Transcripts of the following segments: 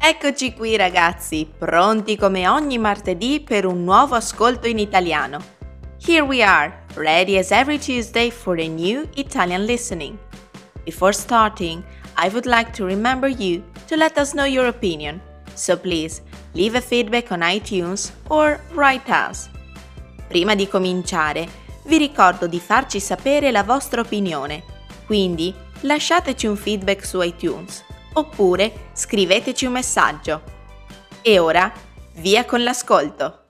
Eccoci qui ragazzi, pronti come ogni martedì per un nuovo ascolto in italiano. Here we are, ready as every Tuesday for a new Italian listening. Before starting, I would like to remember you to let us know your opinion, so please leave a feedback on iTunes or write us. Prima di cominciare, vi ricordo di farci sapere la vostra opinione, quindi lasciateci un feedback su iTunes. Oppure scriveteci un messaggio. E ora, via con l'ascolto!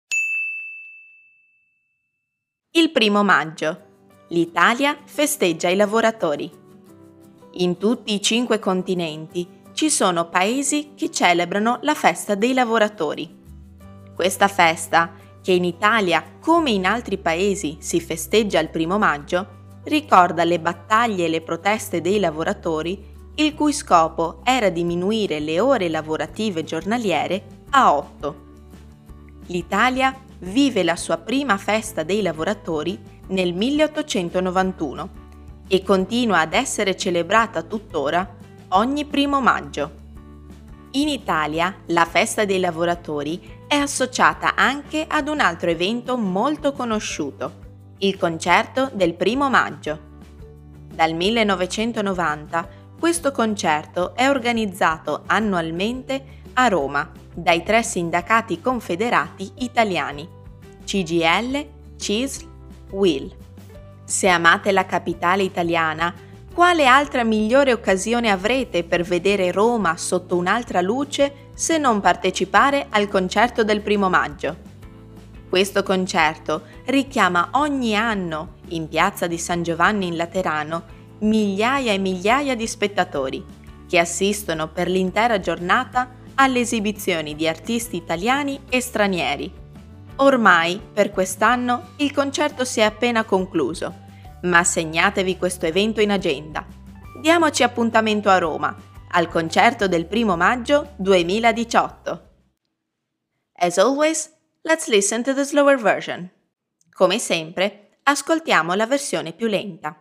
Il 1 maggio. L'Italia festeggia i lavoratori. In tutti i 5 continenti ci sono paesi che celebrano la festa dei lavoratori. Questa festa, che in Italia come in altri paesi si festeggia il 1 maggio, ricorda le battaglie e le proteste dei lavoratori, il cui scopo era diminuire le ore lavorative giornaliere a 8. L'Italia vive la sua prima festa dei lavoratori nel 1891 e continua ad essere celebrata tuttora ogni 1 maggio. In Italia la festa dei lavoratori è associata anche ad un altro evento molto conosciuto, il concerto del 1 maggio. Dal 1990 questo concerto è organizzato annualmente a Roma dai 3 sindacati confederati italiani, CGIL, CISL, UIL. Se amate la capitale italiana, quale altra migliore occasione avrete per vedere Roma sotto un'altra luce se non partecipare al concerto del 1 maggio? Questo concerto richiama ogni anno, in piazza di San Giovanni in Laterano, migliaia e migliaia di spettatori che assistono per l'intera giornata alle esibizioni di artisti italiani e stranieri. Ormai, per quest'anno, il concerto si è appena concluso, ma segnatevi questo evento in agenda. Diamoci appuntamento a Roma, al concerto del 1 maggio 2018. As always, let's listen to the slower version. Come sempre, ascoltiamo la versione più lenta.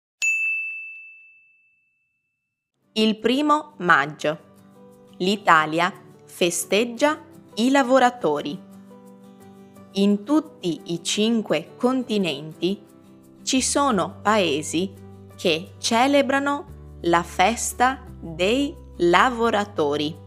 Il 1 maggio. L'Italia festeggia i lavoratori. In tutti i 5 continenti ci sono paesi che celebrano la festa dei lavoratori.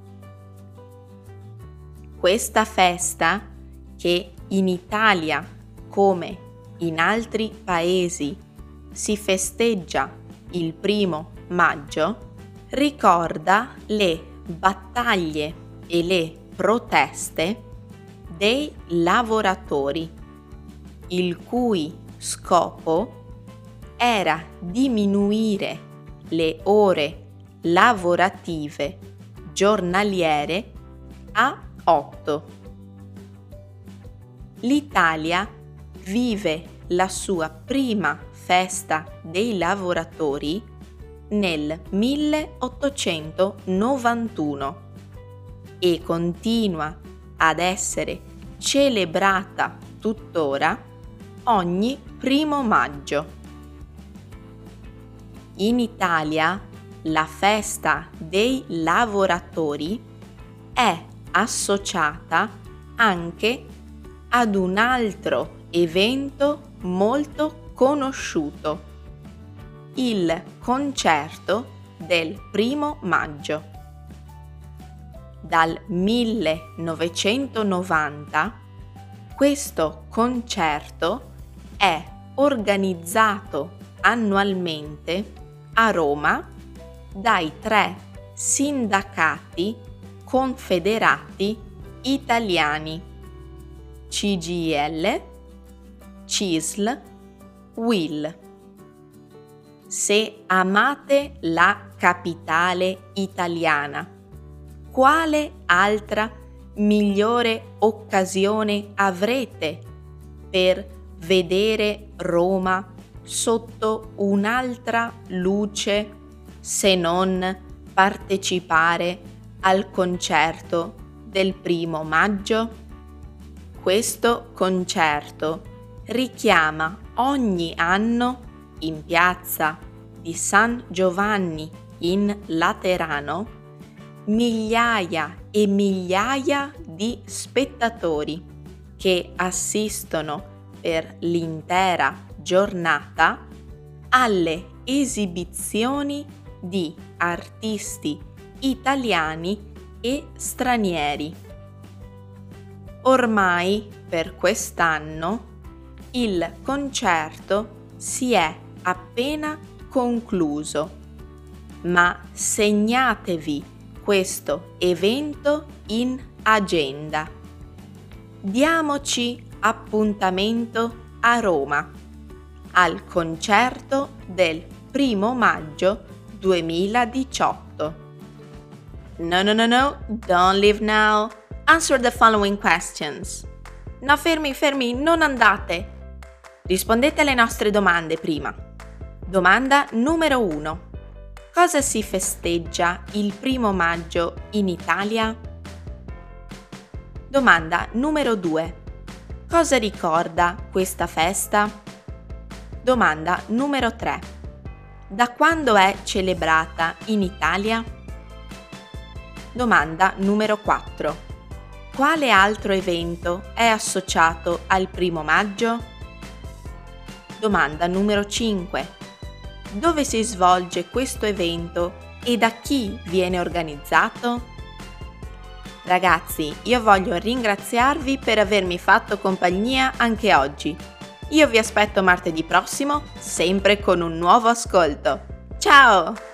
Questa festa, che in Italia come in altri paesi si festeggia il 1 maggio, ricorda le battaglie e le proteste dei lavoratori, il cui scopo era diminuire le ore lavorative giornaliere a 8. L'Italia vive la sua prima festa dei lavoratori nel 1891 e continua ad essere celebrata tuttora ogni 1 maggio. In Italia la festa dei lavoratori è associata anche ad un altro evento molto conosciuto, il concerto del 1 maggio. Dal 1990 questo concerto è organizzato annualmente a Roma dai 3 sindacati confederati italiani, CGIL, CISL, UIL. Se amate la capitale italiana, quale altra migliore occasione avrete per vedere Roma sotto un'altra luce se non partecipare al concerto del 1 maggio? Questo concerto richiama ogni anno in piazza di San Giovanni in Laterano migliaia e migliaia di spettatori che assistono per l'intera giornata alle esibizioni di artisti italiani e stranieri. Ormai per quest'anno il concerto si è appena concluso, ma segnatevi questo evento in agenda. Diamoci appuntamento a Roma al concerto del 1° maggio 2018. No, don't leave now. Answer the following questions. No, fermi, non andate. Rispondete alle nostre domande prima. Domanda numero 1. Cosa si festeggia il 1° maggio in Italia? Domanda numero 2. Cosa ricorda questa festa? Domanda numero 3. Da quando è celebrata in Italia? Domanda numero 4. Quale altro evento è associato al 1° maggio? Domanda numero 5. Dove si svolge questo evento e da chi viene organizzato? Ragazzi, io voglio ringraziarvi per avermi fatto compagnia anche oggi. Io vi aspetto martedì prossimo, sempre con un nuovo ascolto. Ciao!